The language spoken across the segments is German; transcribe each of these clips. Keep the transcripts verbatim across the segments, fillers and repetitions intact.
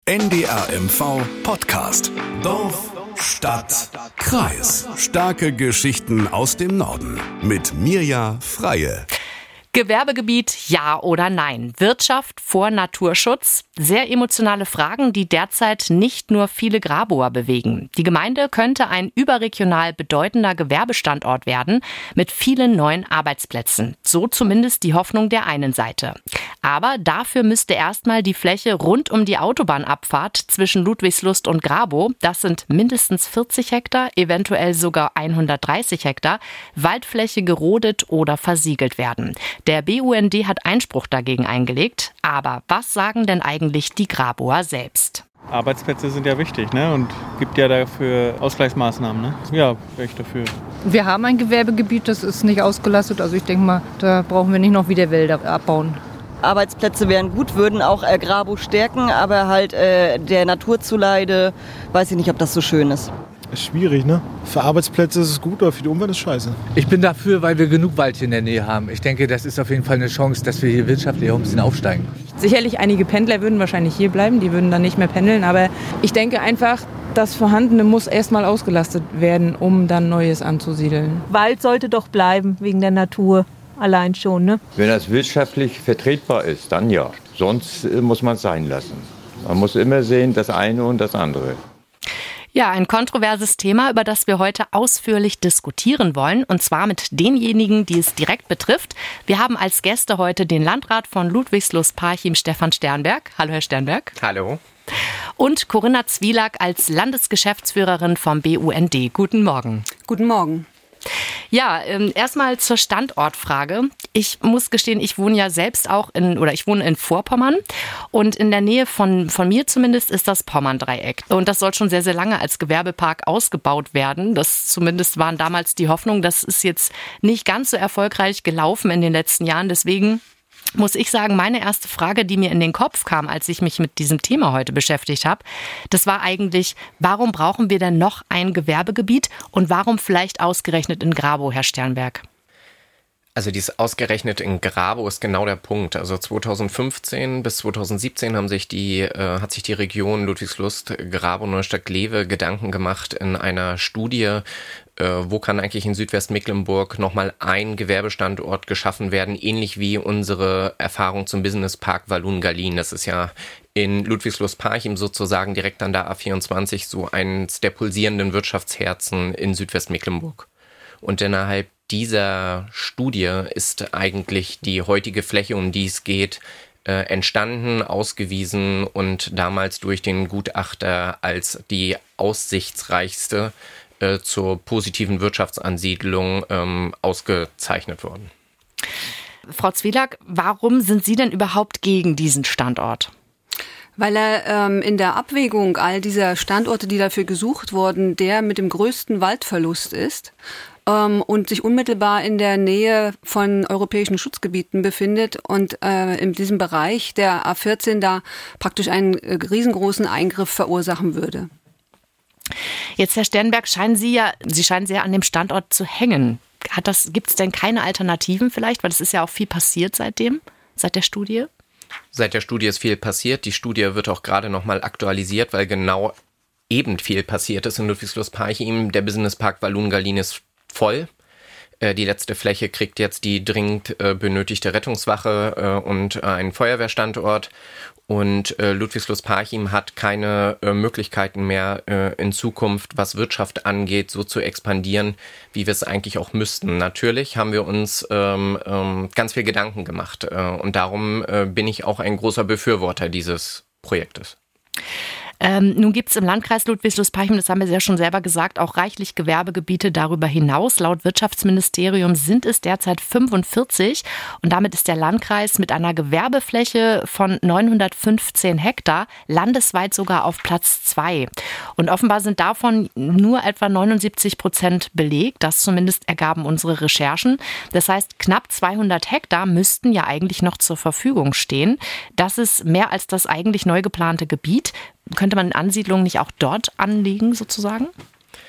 N D R M V Podcast. Dorf, Stadt, Kreis. Starke Geschichten aus dem Norden. Mit Mirja Freie. Gewerbegebiet, ja oder nein? Wirtschaft vor Naturschutz? Sehr emotionale Fragen, die derzeit nicht nur viele Graboer bewegen. Die Gemeinde könnte ein überregional bedeutender Gewerbestandort werden mit vielen neuen Arbeitsplätzen. So zumindest die Hoffnung der einen Seite. Aber dafür müsste erstmal die Fläche rund um die Autobahnabfahrt zwischen Ludwigslust und Grabow, das sind mindestens vierzig Hektar, eventuell sogar hundertdreißig Hektar, Waldfläche gerodet oder versiegelt werden. Der B U N D hat Einspruch dagegen eingelegt. Aber was sagen denn eigentlich die Graboer selbst? Arbeitsplätze sind ja wichtig, ne? Und gibt ja dafür Ausgleichsmaßnahmen. Ne? Ja, wäre ich dafür. Wir haben ein Gewerbegebiet, das ist nicht ausgelastet. Also ich denke mal, da brauchen wir nicht noch wieder Wälder abbauen. Arbeitsplätze wären gut, würden auch äh, Grabow stärken, aber halt äh, der Natur zuleide, weiß ich nicht, ob das so schön ist. Ist schwierig, ne? Für Arbeitsplätze ist es gut, aber für die Umwelt ist es scheiße. Ich bin dafür, weil wir genug Wald hier in der Nähe haben. Ich denke, das ist auf jeden Fall eine Chance, dass wir hier wirtschaftlich auch ein bisschen aufsteigen. Sicherlich einige Pendler würden wahrscheinlich hier bleiben, die würden dann nicht mehr pendeln. Aber ich denke einfach, das Vorhandene muss erstmal ausgelastet werden, um dann Neues anzusiedeln. Wald sollte doch bleiben, wegen der Natur. Allein schon, ne? Wenn das wirtschaftlich vertretbar ist, dann ja. Sonst muss man es sein lassen. Man muss immer sehen, das eine und das andere. Ja, ein kontroverses Thema, über das wir heute ausführlich diskutieren wollen, und zwar mit denjenigen, die es direkt betrifft. Wir haben als Gäste heute den Landrat von Ludwigslust-Parchim, Stefan Sternberg. Hallo, Herr Sternberg. Hallo. Und Corinna Zwielak als Landesgeschäftsführerin vom B U N D. Guten Morgen. Guten Morgen. Ja, ähm, erstmal zur Standortfrage. Ich muss gestehen, ich wohne ja selbst auch in, oder ich wohne in Vorpommern, und in der Nähe von, von mir zumindest ist das Pommern-Dreieck. Und das soll schon sehr, sehr lange als Gewerbepark ausgebaut werden. Das zumindest waren damals die Hoffnung. Das ist jetzt nicht ganz so erfolgreich gelaufen in den letzten Jahren. Deswegen muss ich sagen, meine erste Frage, die mir in den Kopf kam, als ich mich mit diesem Thema heute beschäftigt habe, das war eigentlich, warum brauchen wir denn noch ein Gewerbegebiet und warum vielleicht ausgerechnet in Grabow, Herr Sternberg? Also dieses ausgerechnet in Grabow ist genau der Punkt. Also zweitausendfünfzehn bis zweitausendsiebzehn haben sich die, äh, hat sich die Region Ludwigslust, Grabow, Neustadt, Glewe Gedanken gemacht in einer Studie, wo kann eigentlich in Südwestmecklenburg nochmal ein Gewerbestandort geschaffen werden, ähnlich wie unsere Erfahrung zum Businesspark Walloon-Gallien. Das ist ja in Ludwigslust-Parchim sozusagen direkt an der A vierundzwanzig so eins der pulsierenden Wirtschaftsherzen in Südwestmecklenburg. Und innerhalb dieser Studie ist eigentlich die heutige Fläche, um die es geht, äh, entstanden, ausgewiesen und damals durch den Gutachter als die aussichtsreichste zur positiven Wirtschaftsansiedlung ähm, ausgezeichnet worden. Frau Zwielak, warum sind Sie denn überhaupt gegen diesen Standort? Weil er ähm, in der Abwägung all dieser Standorte, die dafür gesucht wurden, der mit dem größten Waldverlust ist ähm, und sich unmittelbar in der Nähe von europäischen Schutzgebieten befindet und äh, in diesem Bereich der A vierzehn da praktisch einen äh, riesengroßen Eingriff verursachen würde. Jetzt, Herr Sternberg, scheinen Sie ja, Sie scheinen sehr an dem Standort zu hängen. Hat das, gibt es denn keine Alternativen vielleicht? Weil es ist ja auch viel passiert seitdem, seit der Studie. Seit der Studie ist viel passiert. Die Studie wird auch gerade nochmal aktualisiert, weil genau eben viel passiert ist in Ludwigslust-Parchim. Der Businesspark Walloon-Gallien ist voll. Die letzte Fläche kriegt jetzt die dringend benötigte Rettungswache und einen Feuerwehrstandort. Und äh, Ludwigslust-Parchim hat keine äh, Möglichkeiten mehr äh, in Zukunft, was Wirtschaft angeht, so zu expandieren, wie wir es eigentlich auch müssten. Natürlich haben wir uns ähm, ähm, ganz viel Gedanken gemacht äh, und darum äh, bin ich auch ein großer Befürworter dieses Projektes. Ähm, nun gibt es im Landkreis Ludwigslust-Parchim, das haben wir ja schon selber gesagt, auch reichlich Gewerbegebiete darüber hinaus. Laut Wirtschaftsministerium sind es derzeit fünfundvierzig und damit ist der Landkreis mit einer Gewerbefläche von neunhundertfünfzehn Hektar landesweit sogar auf Platz zwei. Und offenbar sind davon nur etwa neunundsiebzig Prozent belegt. Das zumindest ergaben unsere Recherchen. Das heißt, knapp zweihundert Hektar müssten ja eigentlich noch zur Verfügung stehen. Das ist mehr als das eigentlich neu geplante Gebiet. Könnte man Ansiedlungen nicht auch dort anlegen, sozusagen?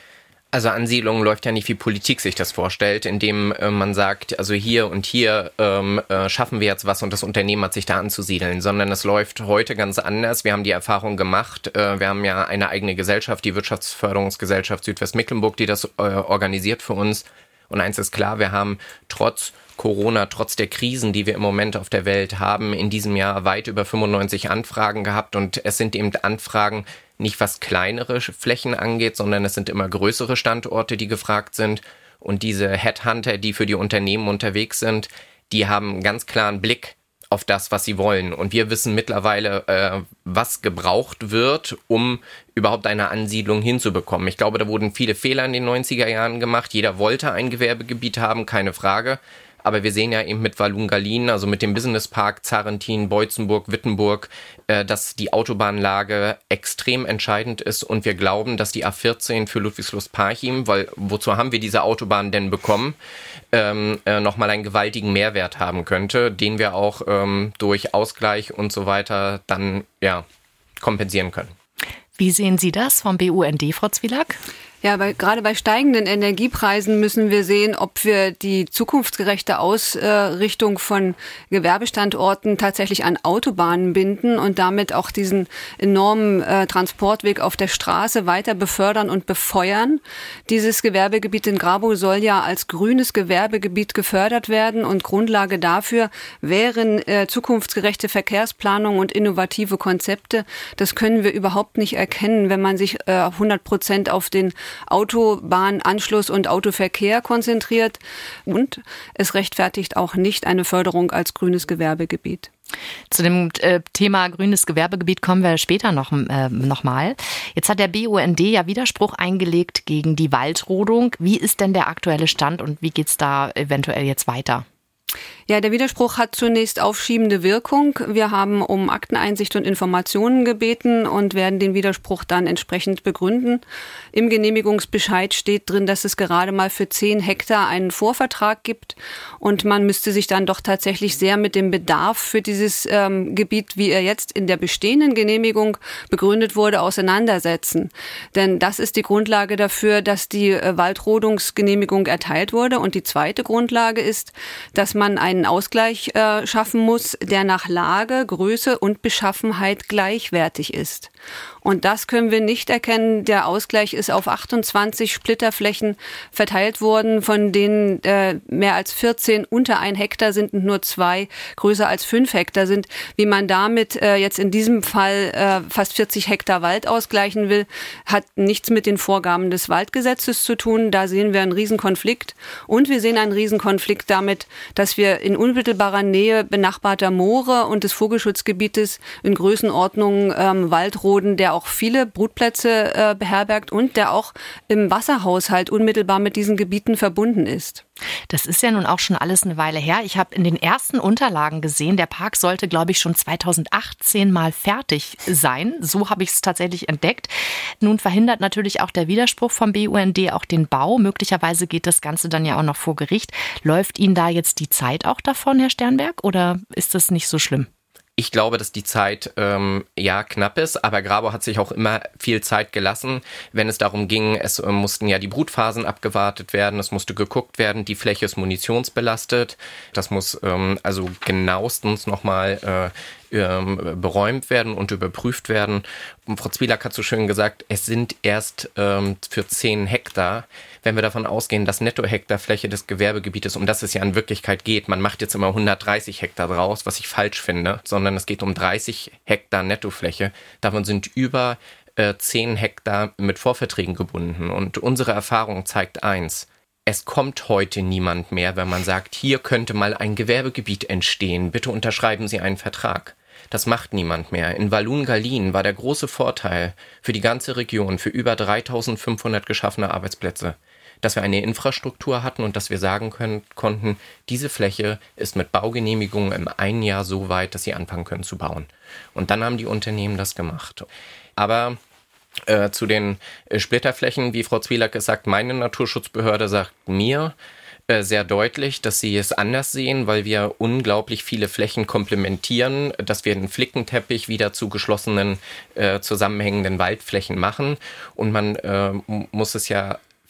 Also Ansiedlung läuft ja nicht, wie Politik sich das vorstellt, indem äh, man sagt, also hier und hier ähm, äh, schaffen wir jetzt was und das Unternehmen hat sich da anzusiedeln, sondern es läuft heute ganz anders. Wir haben die Erfahrung gemacht, äh, wir haben ja eine eigene Gesellschaft, die Wirtschaftsförderungsgesellschaft Südwestmecklenburg, die das äh, organisiert für uns. Und eins ist klar, wir haben trotz Corona, trotz der Krisen, die wir im Moment auf der Welt haben, in diesem Jahr weit über fünfundneunzig Anfragen gehabt. Und es sind eben Anfragen, nicht was kleinere Flächen angeht, sondern es sind immer größere Standorte, die gefragt sind. Und diese Headhunter, die für die Unternehmen unterwegs sind, die haben einen ganz klaren Blick auf das, was sie wollen. Und wir wissen mittlerweile, äh, was gebraucht wird, um überhaupt eine Ansiedlung hinzubekommen. Ich glaube, da wurden viele Fehler in den neunziger Jahren gemacht. Jeder wollte ein Gewerbegebiet haben, keine Frage. Aber wir sehen ja eben mit Walloon-Gallien, also mit dem Businesspark Zarentin, Boitzenburg, Wittenburg, äh, dass die Autobahnlage extrem entscheidend ist. Und wir glauben, dass die A vierzehn für Ludwigslust-Parchim, weil wozu haben wir diese Autobahn denn bekommen, ähm, äh, nochmal einen gewaltigen Mehrwert haben könnte, den wir auch ähm, durch Ausgleich und so weiter dann ja kompensieren können. Wie sehen Sie das vom B U N D, Frau Zwielak? Ja, bei, gerade bei steigenden Energiepreisen müssen wir sehen, ob wir die zukunftsgerechte Ausrichtung von Gewerbestandorten tatsächlich an Autobahnen binden und damit auch diesen enormen äh, Transportweg auf der Straße weiter befördern und befeuern. Dieses Gewerbegebiet in Grabow soll ja als grünes Gewerbegebiet gefördert werden und Grundlage dafür wären äh, zukunftsgerechte Verkehrsplanung und innovative Konzepte. Das können wir überhaupt nicht erkennen, wenn man sich äh, hundert Prozent auf den Autobahnanschluss und Autoverkehr konzentriert. Und es rechtfertigt auch nicht eine Förderung als grünes Gewerbegebiet. Zu dem äh, Thema grünes Gewerbegebiet kommen wir später noch, äh, noch mal. Jetzt hat der B U N D ja Widerspruch eingelegt gegen die Waldrodung. Wie ist denn der aktuelle Stand und wie geht's da eventuell jetzt weiter? Ja, der Widerspruch hat zunächst aufschiebende Wirkung. Wir haben um Akteneinsicht und Informationen gebeten und werden den Widerspruch dann entsprechend begründen. Im Genehmigungsbescheid steht drin, dass es gerade mal für zehn Hektar einen Vorvertrag gibt und man müsste sich dann doch tatsächlich sehr mit dem Bedarf für dieses ähm, Gebiet, wie er jetzt in der bestehenden Genehmigung begründet wurde, auseinandersetzen. Denn das ist die Grundlage dafür, dass die äh, Waldrodungsgenehmigung erteilt wurde. Und die zweite Grundlage ist, dass man einen Ausgleich äh, schaffen muss, der nach Lage, Größe und Beschaffenheit gleichwertig ist. Und das können wir nicht erkennen. Der Ausgleich ist auf achtundzwanzig Splitterflächen verteilt worden, von denen äh, mehr als vierzehn unter ein Hektar sind und nur zwei größer als fünf Hektar sind. Wie man damit äh, jetzt in diesem Fall äh, fast vierzig Hektar Wald ausgleichen will, hat nichts mit den Vorgaben des Waldgesetzes zu tun. Da sehen wir einen Riesenkonflikt. Und wir sehen einen Riesenkonflikt damit, dass wir in unmittelbarer Nähe benachbarter Moore und des Vogelschutzgebietes in Größenordnung ähm, Waldroden, der auch viele Brutplätze äh, beherbergt und der auch im Wasserhaushalt unmittelbar mit diesen Gebieten verbunden ist. Das ist ja nun auch schon alles eine Weile her. Ich habe in den ersten Unterlagen gesehen, der Park sollte, glaube ich, schon zweitausendachtzehn mal fertig sein. So habe ich es tatsächlich entdeckt. Nun verhindert natürlich auch der Widerspruch vom B U N D auch den Bau. Möglicherweise geht das Ganze dann ja auch noch vor Gericht. Läuft Ihnen da jetzt die Zeit auch davon, Herr Sternberg, oder ist das nicht so schlimm? Ich glaube, dass die Zeit ähm, ja knapp ist, aber Grabow hat sich auch immer viel Zeit gelassen, wenn es darum ging, es äh, mussten ja die Brutphasen abgewartet werden, es musste geguckt werden, die Fläche ist munitionsbelastet, das muss ähm, also genauestens nochmal äh, ähm, beräumt werden und überprüft werden. Und Frau Zwielak hat so schön gesagt, es sind erst ähm, für zehn Hektar. Wenn wir davon ausgehen, dass Netto-Hektarfläche des Gewerbegebietes, um das es ja in Wirklichkeit geht, man macht jetzt immer hundertdreißig Hektar draus, was ich falsch finde, sondern es geht um dreißig Hektar Nettofläche. Davon sind über äh, zehn Hektar mit Vorverträgen gebunden. Und unsere Erfahrung zeigt eins: Es kommt heute niemand mehr, wenn man sagt, hier könnte mal ein Gewerbegebiet entstehen, bitte unterschreiben Sie einen Vertrag. Das macht niemand mehr. In Walloon-Gallien war der große Vorteil für die ganze Region, für über dreitausendfünfhundert geschaffene Arbeitsplätze, dass wir eine Infrastruktur hatten und dass wir sagen können, konnten, diese Fläche ist mit Baugenehmigungen im einen Jahr so weit, dass sie anfangen können zu bauen. Und dann haben die Unternehmen das gemacht. Aber äh, zu den äh, Splitterflächen, wie Frau Zwielak gesagt, meine Naturschutzbehörde sagt mir äh, sehr deutlich, dass sie es anders sehen, weil wir unglaublich viele Flächen komplementieren, dass wir einen Flickenteppich wieder zu geschlossenen, äh, zusammenhängenden Waldflächen machen. Und man äh, muss es ja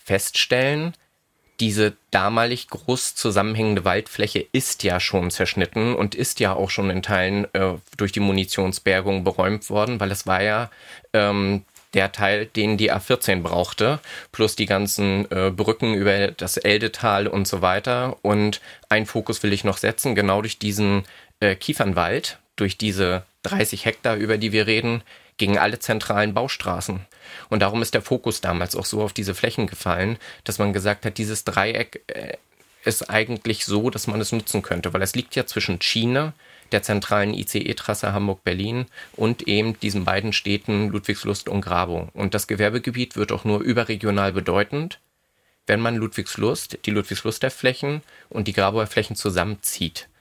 feststellen, diese damalig groß zusammenhängende Waldfläche ist ja schon zerschnitten und ist ja auch schon in Teilen äh, durch die Munitionsbergung beräumt worden, weil es war ja ähm, der Teil, den die A vierzehn brauchte, plus die ganzen äh, Brücken über das Eldetal und so weiter. Und einen Fokus will ich noch setzen, genau durch diesen äh, Kiefernwald, durch diese dreißig Hektar, über die wir reden, gegen alle zentralen Baustraßen. Und darum ist der Fokus damals auch so auf diese Flächen gefallen, dass man gesagt hat, dieses Dreieck äh, ist eigentlich so, dass man es nutzen könnte, weil es liegt ja zwischen China, der zentralen I C E-Trasse Hamburg-Berlin und eben diesen beiden Städten Ludwigslust und Grabow. Und das Gewerbegebiet wird auch nur überregional bedeutend, wenn man Ludwigslust, die Ludwigsluster Flächen und die Grabower Flächen zusammenzieht.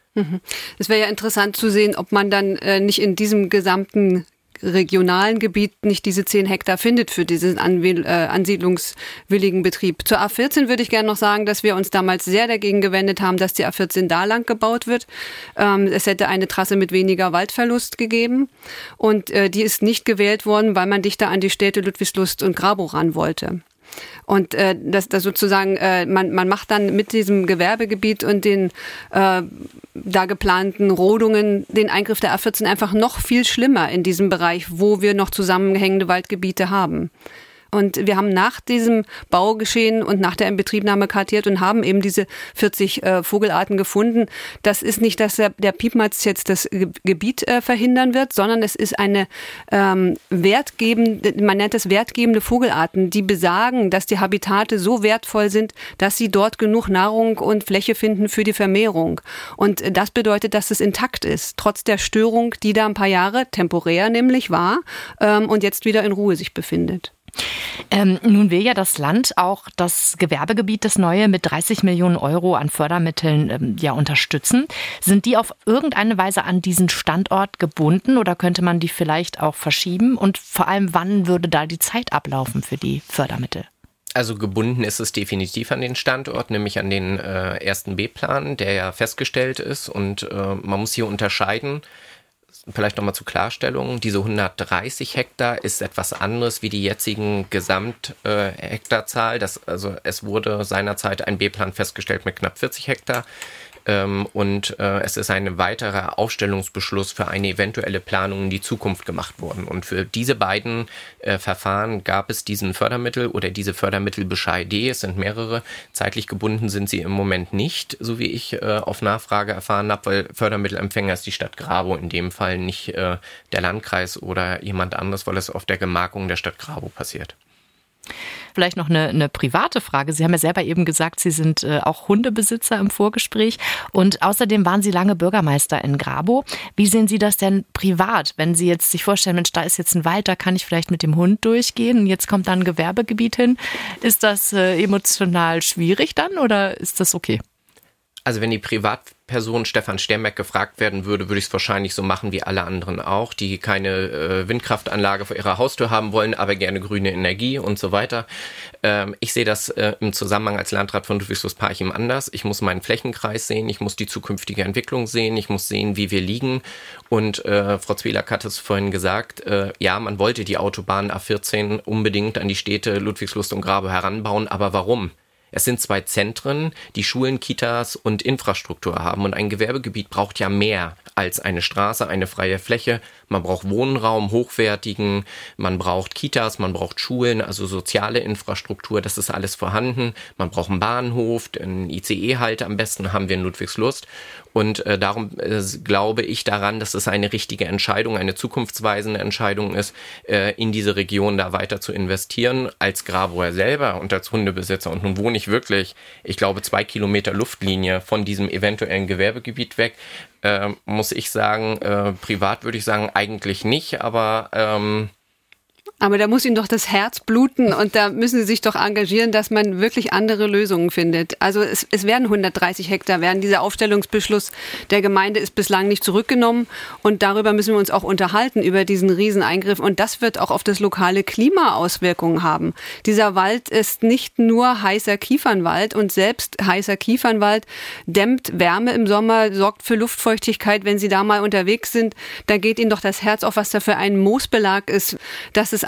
Es wäre ja interessant zu sehen, ob man dann äh, nicht in diesem gesamten regionalen Gebiet nicht diese zehn Hektar findet für diesen Anwähl- äh, ansiedlungswilligen Betrieb. Zur A vierzehn würde ich gerne noch sagen, dass wir uns damals sehr dagegen gewendet haben, dass die A vierzehn da lang gebaut wird. Ähm, es hätte eine Trasse mit weniger Waldverlust gegeben und äh, die ist nicht gewählt worden, weil man dichter an die Städte Ludwigslust und Grabow ran wollte. Und äh, das, das sozusagen, äh, man, man macht dann mit diesem Gewerbegebiet und den äh, da geplanten Rodungen den Eingriff der A vierzehn einfach noch viel schlimmer in diesem Bereich, wo wir noch zusammenhängende Waldgebiete haben. Und wir haben nach diesem Baugeschehen und nach der Inbetriebnahme kartiert und haben eben diese vierzig äh, Vogelarten gefunden. Das ist nicht, dass der, der Piepmatz jetzt das Ge- Gebiet äh, verhindern wird, sondern es ist eine ähm, wertgebende, man nennt es wertgebende Vogelarten, die besagen, dass die Habitate so wertvoll sind, dass sie dort genug Nahrung und Fläche finden für die Vermehrung. Und äh, das bedeutet, dass es intakt ist, trotz der Störung, die da ein paar Jahre temporär nämlich war ähm, und jetzt wieder in Ruhe sich befindet. Ähm, nun will ja das Land auch das Gewerbegebiet, das neue, mit dreißig Millionen Euro an Fördermitteln ähm, ja unterstützen. Sind die auf irgendeine Weise an diesen Standort gebunden oder könnte man die vielleicht auch verschieben? Und vor allem, wann würde da die Zeit ablaufen für die Fördermittel? Also gebunden ist es definitiv an den Standort, nämlich an den äh, ersten B-Plan, der ja festgestellt ist. Und äh, man muss hier unterscheiden. Vielleicht nochmal zur Klarstellung, diese hundertdreißig Hektar ist etwas anderes wie die jetzigen Gesamthektarzahl. Äh, das, also es wurde seinerzeit ein B-Plan festgestellt mit knapp vierzig Hektar. Ähm, und äh, es ist ein weiterer Aufstellungsbeschluss für eine eventuelle Planung in die Zukunft gemacht worden. Und für diese beiden äh, Verfahren gab es diesen Fördermittel oder diese Fördermittelbescheide. Es sind mehrere. Zeitlich gebunden sind sie im Moment nicht, so wie ich äh, auf Nachfrage erfahren habe, weil Fördermittelempfänger ist die Stadt Grabow, in dem Fall nicht äh, der Landkreis oder jemand anderes, weil es auf der Gemarkung der Stadt Grabow passiert. Vielleicht noch eine, eine private Frage. Sie haben ja selber eben gesagt, Sie sind äh, auch Hundebesitzer im Vorgespräch und außerdem waren Sie lange Bürgermeister in Grabow. Wie sehen Sie das denn privat, wenn Sie jetzt sich vorstellen, Mensch, da ist jetzt ein Wald, da kann ich vielleicht mit dem Hund durchgehen und jetzt kommt da ein Gewerbegebiet hin. Ist das äh, emotional schwierig dann oder ist das okay? Also wenn die Privatperson Stefan Stermeck gefragt werden würde, würde ich es wahrscheinlich so machen wie alle anderen auch, die keine äh, Windkraftanlage vor ihrer Haustür haben wollen, aber gerne grüne Energie und so weiter. Ähm, ich sehe das äh, im Zusammenhang als Landrat von Ludwigslust-Parchim anders. Ich muss meinen Flächenkreis sehen, ich muss die zukünftige Entwicklung sehen, ich muss sehen, wie wir liegen. Und äh, Frau Zwielak hat es vorhin gesagt, äh, ja, man wollte die Autobahn A vierzehn unbedingt an die Städte Ludwigslust und Grabow heranbauen, aber warum? Es sind zwei Zentren, die Schulen, Kitas und Infrastruktur haben. Und ein Gewerbegebiet braucht ja mehr als eine Straße, eine freie Fläche. Man braucht Wohnraum, hochwertigen, man braucht Kitas, man braucht Schulen, also soziale Infrastruktur, das ist alles vorhanden. Man braucht einen Bahnhof, einen I C E-Halt am besten haben wir in Ludwigslust. Und äh, darum äh, glaube ich daran, dass es eine richtige Entscheidung, eine zukunftsweisende Entscheidung ist, äh, in diese Region da weiter zu investieren. Als Grabower selber und als Hundebesitzer, und nun wohne ich wirklich, ich glaube, zwei Kilometer Luftlinie von diesem eventuellen Gewerbegebiet weg, äh, muss ich sagen, äh, privat würde ich sagen, eigentlich nicht, aber... Ähm, Aber da muss Ihnen doch das Herz bluten und da müssen Sie sich doch engagieren, dass man wirklich andere Lösungen findet. Also es, es werden hundertdreißig Hektar werden. Dieser Aufstellungsbeschluss der Gemeinde ist bislang nicht zurückgenommen und darüber müssen wir uns auch unterhalten, über diesen Rieseneingriff. Und das wird auch auf das lokale Klima Auswirkungen haben. Dieser Wald ist nicht nur heißer Kiefernwald und selbst heißer Kiefernwald dämmt Wärme im Sommer, sorgt für Luftfeuchtigkeit. Wenn Sie da mal unterwegs sind, da geht Ihnen doch das Herz auf, was da für ein Moosbelag ist, dass es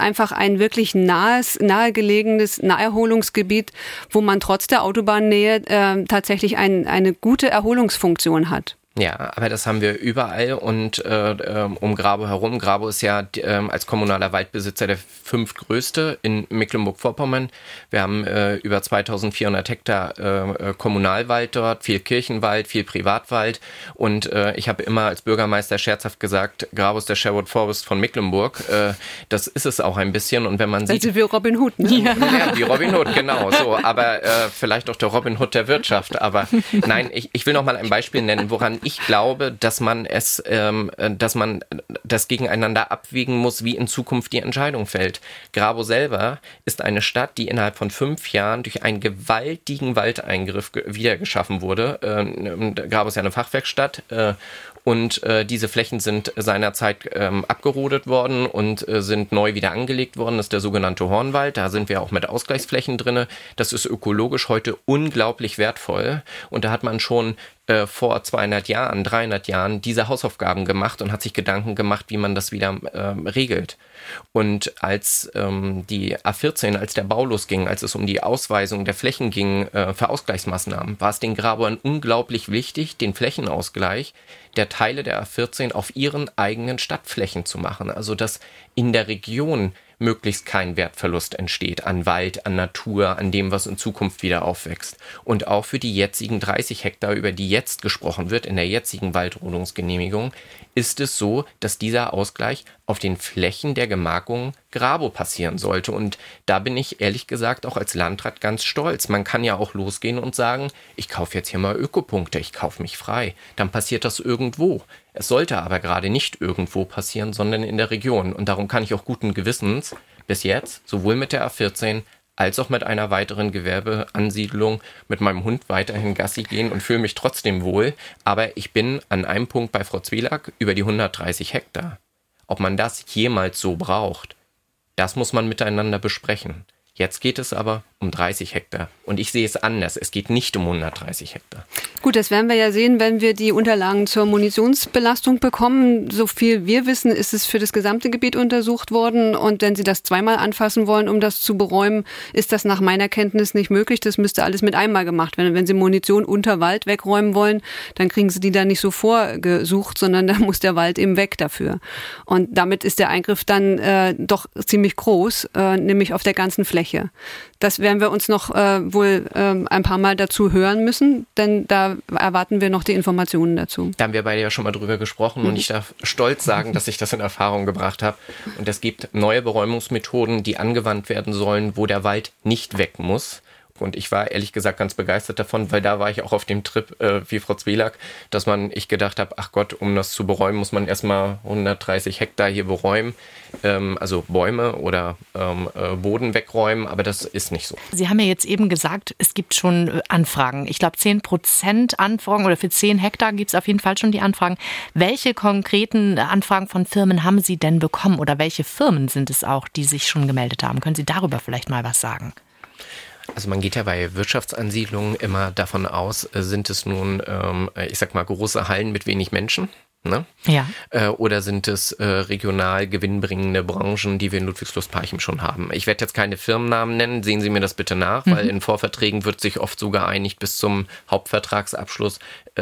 einfach ein wirklich nahes, nahegelegenes Naherholungsgebiet, wo man trotz der Autobahnnähe äh, tatsächlich ein, eine gute Erholungsfunktion hat. Ja, aber das haben wir überall und äh, um Grabow herum. Grabow ist ja äh, als kommunaler Waldbesitzer der fünftgrößte in Mecklenburg-Vorpommern. Wir haben äh, über zweitausendvierhundert Hektar äh, Kommunalwald dort, viel Kirchenwald, viel Privatwald und äh, ich habe immer als Bürgermeister scherzhaft gesagt, Grabow ist der Sherwood Forest von Mecklenburg. Äh, das ist es auch ein bisschen und wenn man sieht... Also wie Robin Hood, ne? Ja, ja wie Robin Hood, genau. So, aber äh, vielleicht auch der Robin Hood der Wirtschaft. Aber nein, ich, ich will noch mal ein Beispiel nennen, woran ich glaube, dass man es, ähm, dass man das gegeneinander abwägen muss, wie in Zukunft die Entscheidung fällt. Grabow selber ist eine Stadt, die innerhalb von fünf Jahren durch einen gewaltigen Waldeingriff ge- wieder geschaffen wurde. Ähm, Grabow ist ja eine Fachwerkstatt. Äh, Und äh, diese Flächen sind seinerzeit ähm, abgerodet worden und äh, sind neu wieder angelegt worden. Das ist der sogenannte Hornwald. Da sind wir auch mit Ausgleichsflächen drin. Das ist ökologisch heute unglaublich wertvoll. Und da hat man schon äh, vor zweihundert Jahren, dreihundert Jahren diese Hausaufgaben gemacht und hat sich Gedanken gemacht, wie man das wieder ähm, regelt. Und als ähm, die A vierzehn, als der Bau losging, als es um die Ausweisung der Flächen ging äh, für Ausgleichsmaßnahmen, war es den Grabauern unglaublich wichtig, den Flächenausgleich der Teile der A vierzehn auf ihren eigenen Stadtflächen zu machen. Also dass in der Region möglichst kein Wertverlust entsteht an Wald, an Natur, an dem, was in Zukunft wieder aufwächst. Und auch für die jetzigen dreißig Hektar, über die jetzt gesprochen wird, in der jetzigen Waldrodungsgenehmigung, ist es so, dass dieser Ausgleich auf den Flächen der Gemarkung Grabow passieren sollte. Und da bin ich ehrlich gesagt auch als Landrat ganz stolz. Man kann ja auch losgehen und sagen, ich kaufe jetzt hier mal Ökopunkte, ich kaufe mich frei. Dann passiert das irgendwo. Es sollte aber gerade nicht irgendwo passieren, sondern in der Region. Und darum kann ich auch guten Gewissens bis jetzt, sowohl mit der A vierzehn als auch mit einer weiteren Gewerbeansiedlung mit meinem Hund weiterhin Gassi gehen und fühle mich trotzdem wohl. Aber ich bin an einem Punkt bei Frau Zwielak über die hundertdreißig Hektar. Ob man das jemals so braucht, das muss man miteinander besprechen. Jetzt geht es aber um dreißig Hektar. Und ich sehe es anders. Es geht nicht um hundertdreißig Hektar. Gut, das werden wir ja sehen, wenn wir die Unterlagen zur Munitionsbelastung bekommen. So viel wir wissen, ist es für das gesamte Gebiet untersucht worden. Und wenn Sie das zweimal anfassen wollen, um das zu beräumen, ist das nach meiner Kenntnis nicht möglich. Das müsste alles mit einmal gemacht werden. Wenn Sie Munition unter Wald wegräumen wollen, dann kriegen Sie die da nicht so vorgesucht, sondern da muss der Wald eben weg dafür. Und damit ist der Eingriff dann äh, doch ziemlich groß, äh, nämlich auf der ganzen Fläche. Das werden wir uns noch äh, wohl äh, ein paar Mal dazu hören müssen, denn da erwarten wir noch die Informationen dazu. Da haben wir beide ja schon mal drüber gesprochen mhm. und ich darf stolz sagen, dass ich das in Erfahrung gebracht habe. Und es gibt neue Beräumungsmethoden, die angewandt werden sollen, wo der Wald nicht weg muss. Und ich war ehrlich gesagt ganz begeistert davon, weil da war ich auch auf dem Trip äh, wie Frau Zwielak, dass man, ich gedacht habe, ach Gott, um das zu beräumen, muss man erstmal hundertdreißig Hektar hier beräumen, ähm, also Bäume oder ähm, äh, Boden wegräumen, aber das ist nicht so. Sie haben ja jetzt eben gesagt, es gibt schon Anfragen. Ich glaube, zehn Prozent Anfragen oder für zehn Hektar gibt es auf jeden Fall schon die Anfragen. Welche konkreten Anfragen von Firmen haben Sie denn bekommen oder welche Firmen sind es auch, die sich schon gemeldet haben? Können Sie darüber vielleicht mal was sagen? Also man geht ja bei Wirtschaftsansiedlungen immer davon aus, sind es nun, ähm, ich sag mal, große Hallen mit wenig Menschen? Ne? Ja. Äh, oder sind es äh, regional gewinnbringende Branchen, die wir in Ludwigslust-Parchim schon haben? Ich werde jetzt keine Firmennamen nennen, sehen Sie mir das bitte nach, mhm. weil in Vorverträgen wird sich oft so geeinigt, bis zum Hauptvertragsabschluss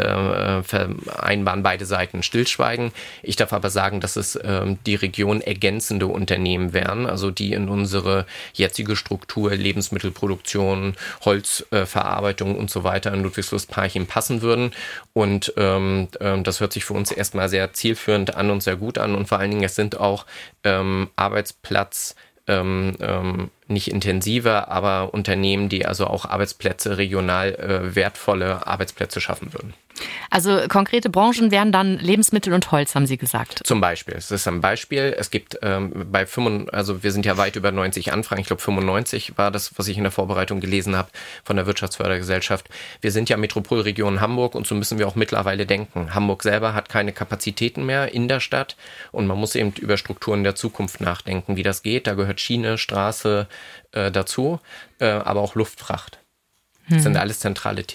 äh, vereinbaren beide Seiten Stillschweigen. Ich darf aber sagen, dass es äh, die Region ergänzende Unternehmen wären, also die in unsere jetzige Struktur, Lebensmittelproduktion, Holzverarbeitung äh, und so weiter in Ludwigslust-Parchim passen würden. Und ähm, äh, das hört sich für uns erst erstmal sehr zielführend an und sehr gut an und vor allen Dingen, es sind auch ähm, Arbeitsplatz, ähm, ähm, nicht intensiver, aber Unternehmen, die also auch Arbeitsplätze, regional äh, wertvolle Arbeitsplätze schaffen würden. Also konkrete Branchen wären dann Lebensmittel und Holz, haben Sie gesagt. Zum Beispiel. Es ist ein Beispiel. Es gibt ähm, bei fünfundneunzig, also wir sind ja weit über neunzig Anfragen. Ich glaube fünfundneunzig war das, was ich in der Vorbereitung gelesen habe von der Wirtschaftsfördergesellschaft. Wir sind ja Metropolregion Hamburg und so müssen wir auch mittlerweile denken. Hamburg selber hat keine Kapazitäten mehr in der Stadt und man muss eben über Strukturen der Zukunft nachdenken, wie das geht. Da gehört Schiene, Straße äh, dazu, äh, aber auch Luftfracht. Das hm. sind alles zentrale Themen.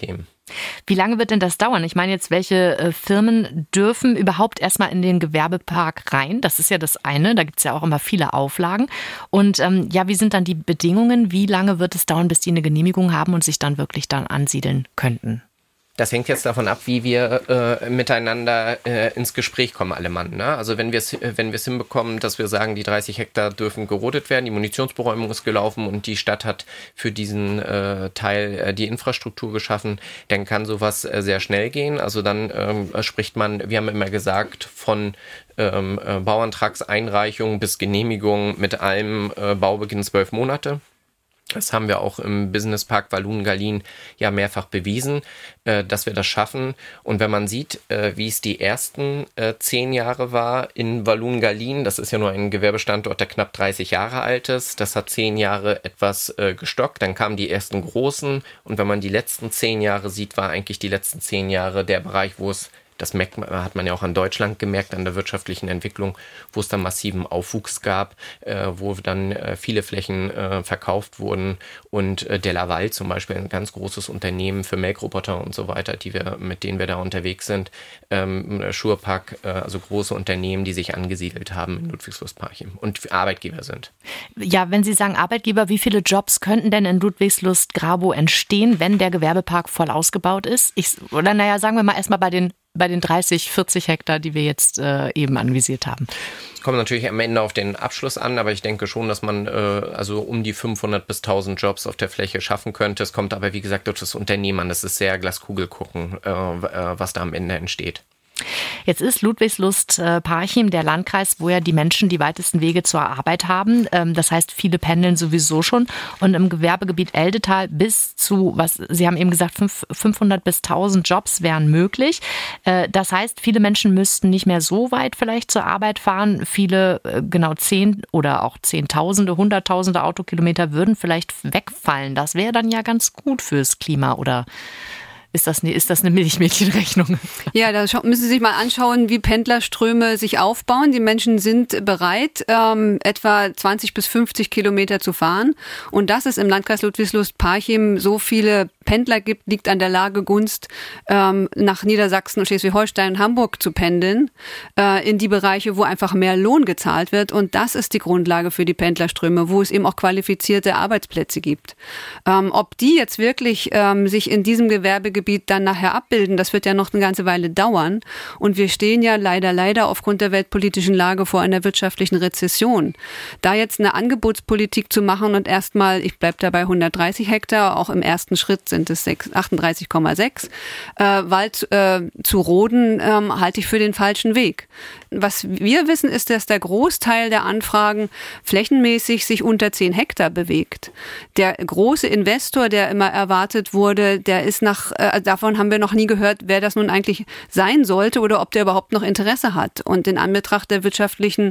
Wie lange wird denn das dauern? Ich meine jetzt, welche äh, Firmen dürfen überhaupt erstmal in den Gewerbepark rein? Das ist ja das eine, da gibt es ja auch immer viele Auflagen. Und ähm, ja, wie sind dann die Bedingungen? Wie lange wird es dauern, bis die eine Genehmigung haben und sich dann wirklich dann ansiedeln könnten? Das hängt jetzt davon ab, wie wir äh, miteinander äh, ins Gespräch kommen, alle Mann. Ne? Also wenn wir es wenn wir es hinbekommen, dass wir sagen, die dreißig Hektar dürfen gerodet werden, die Munitionsberäumung ist gelaufen und die Stadt hat für diesen äh, Teil äh, die Infrastruktur geschaffen, dann kann sowas äh, sehr schnell gehen. Also dann ähm, spricht man, wir haben immer gesagt, von ähm, äh, Bauantragseinreichung bis Genehmigung mit allem äh, Baubeginn zwölf Monate. Das haben wir auch im Businesspark Walloon-Gallien ja mehrfach bewiesen, äh, dass wir das schaffen. Und wenn man sieht, äh, wie es die ersten äh, zehn Jahre war in Walloon-Gallien, das ist ja nur ein Gewerbestandort, der knapp dreißig Jahre alt ist, das hat zehn Jahre etwas äh, gestockt, dann kamen die ersten großen. Und wenn man die letzten zehn Jahre sieht, war eigentlich die letzten zehn Jahre der Bereich, wo es, das merkt man, hat man ja auch an Deutschland gemerkt, an der wirtschaftlichen Entwicklung, wo es dann massiven Aufwuchs gab, äh, wo dann äh, viele Flächen äh, verkauft wurden und äh, De La Val zum Beispiel, ein ganz großes Unternehmen für Melkroboter und so weiter, die wir, mit denen wir da unterwegs sind, ähm, Schurpack, äh, also große Unternehmen, die sich angesiedelt haben in Ludwigslust-Parchim und Arbeitgeber sind. Ja, wenn Sie sagen Arbeitgeber, wie viele Jobs könnten denn in Ludwigslust-Grabow entstehen, wenn der Gewerbepark voll ausgebaut ist? Ich, oder naja, sagen wir mal erstmal bei den bei den dreißig, vierzig Hektar, die wir jetzt äh, eben anvisiert haben. Es kommt natürlich am Ende auf den Abschluss an, aber ich denke schon, dass man äh, also um die fünfhundert bis tausend Jobs auf der Fläche schaffen könnte. Es kommt aber, wie gesagt, durch das Unternehmen an. Das ist sehr Glaskugel gucken, äh, was da am Ende entsteht. Jetzt ist Ludwigslust-Parchim der Landkreis, wo ja die Menschen die weitesten Wege zur Arbeit haben. Das heißt, viele pendeln sowieso schon. Und im Gewerbegebiet Eldetal bis zu, was Sie haben eben gesagt, fünfhundert bis tausend Jobs wären möglich. Das heißt, viele Menschen müssten nicht mehr so weit vielleicht zur Arbeit fahren. Viele, genau zehn oder auch Zehntausende, Hunderttausende Autokilometer würden vielleicht wegfallen. Das wäre dann ja ganz gut fürs Klima, oder? Ist das, eine, ist das eine Milchmädchenrechnung? Ja, da müssen Sie sich mal anschauen, wie Pendlerströme sich aufbauen. Die Menschen sind bereit, ähm, etwa zwanzig bis fünfzig Kilometer zu fahren. Und dass es im Landkreis Ludwigslust-Parchim so viele Pendler gibt, liegt an der Lagegunst, ähm, nach Niedersachsen und Schleswig-Holstein und Hamburg zu pendeln, äh, in die Bereiche, wo einfach mehr Lohn gezahlt wird. Und das ist die Grundlage für die Pendlerströme, wo es eben auch qualifizierte Arbeitsplätze gibt. Ähm, ob die jetzt wirklich ähm, sich in diesem Gewerbegebiet dann nachher abbilden, das wird ja noch eine ganze Weile dauern. Und wir stehen ja leider, leider aufgrund der weltpolitischen Lage vor einer wirtschaftlichen Rezession. Da jetzt eine Angebotspolitik zu machen und erstmal, ich bleibe dabei hundertdreißig Hektar, auch im ersten Schritt sind es achtunddreißig Komma sechs, äh, Wald äh, zu roden, ähm, halte ich für den falschen Weg. Was wir wissen, ist, dass der Großteil der Anfragen flächenmäßig sich unter zehn Hektar bewegt. Der große Investor, der immer erwartet wurde, der ist nach, äh, davon haben wir noch nie gehört, wer das nun eigentlich sein sollte oder ob der überhaupt noch Interesse hat. Und in Anbetracht der wirtschaftlichen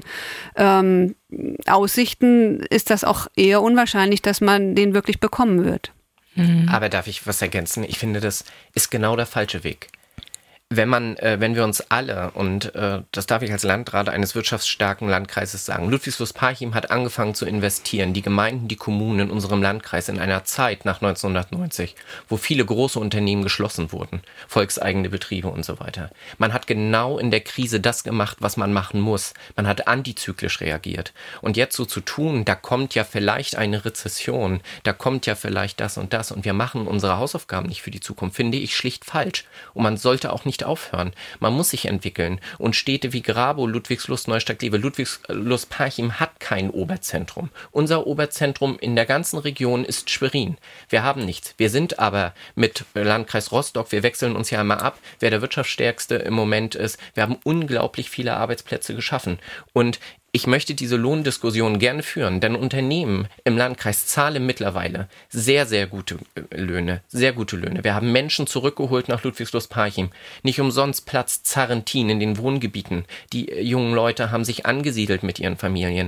ähm, Aussichten ist das auch eher unwahrscheinlich, dass man den wirklich bekommen wird. Mhm. Aber darf ich was ergänzen? Ich finde, das ist genau der falsche Weg. Wenn man, äh, wenn wir uns alle, und äh, das darf ich als Landrat eines wirtschaftsstarken Landkreises sagen, Ludwigslust-Parchim hat angefangen zu investieren, die Gemeinden, die Kommunen in unserem Landkreis in einer Zeit nach neunzehnhundertneunzig, wo viele große Unternehmen geschlossen wurden, volkseigene Betriebe und so weiter. Man hat genau in der Krise das gemacht, was man machen muss. Man hat antizyklisch reagiert. Und jetzt so zu tun, da kommt ja vielleicht eine Rezession, da kommt ja vielleicht das und das und wir machen unsere Hausaufgaben nicht für die Zukunft, finde ich schlicht falsch. Und man sollte auch nicht aufhören. Man muss sich entwickeln. Und Städte wie Grabow, Ludwigslust, Neustadt-Glewe, Ludwigslust-Parchim hat kein Oberzentrum. Unser Oberzentrum in der ganzen Region ist Schwerin. Wir haben nichts. Wir sind aber mit Landkreis Rostock, wir wechseln uns ja immer ab, wer der wirtschaftsstärkste im Moment ist. Wir haben unglaublich viele Arbeitsplätze geschaffen. Und ich möchte diese Lohndiskussion gerne führen, denn Unternehmen im Landkreis zahlen mittlerweile sehr, sehr gute Löhne, sehr gute Löhne. Wir haben Menschen zurückgeholt nach Ludwigslust-Parchim. Nicht umsonst platzt Zarrentin in den Wohngebieten. Die jungen Leute haben sich angesiedelt mit ihren Familien.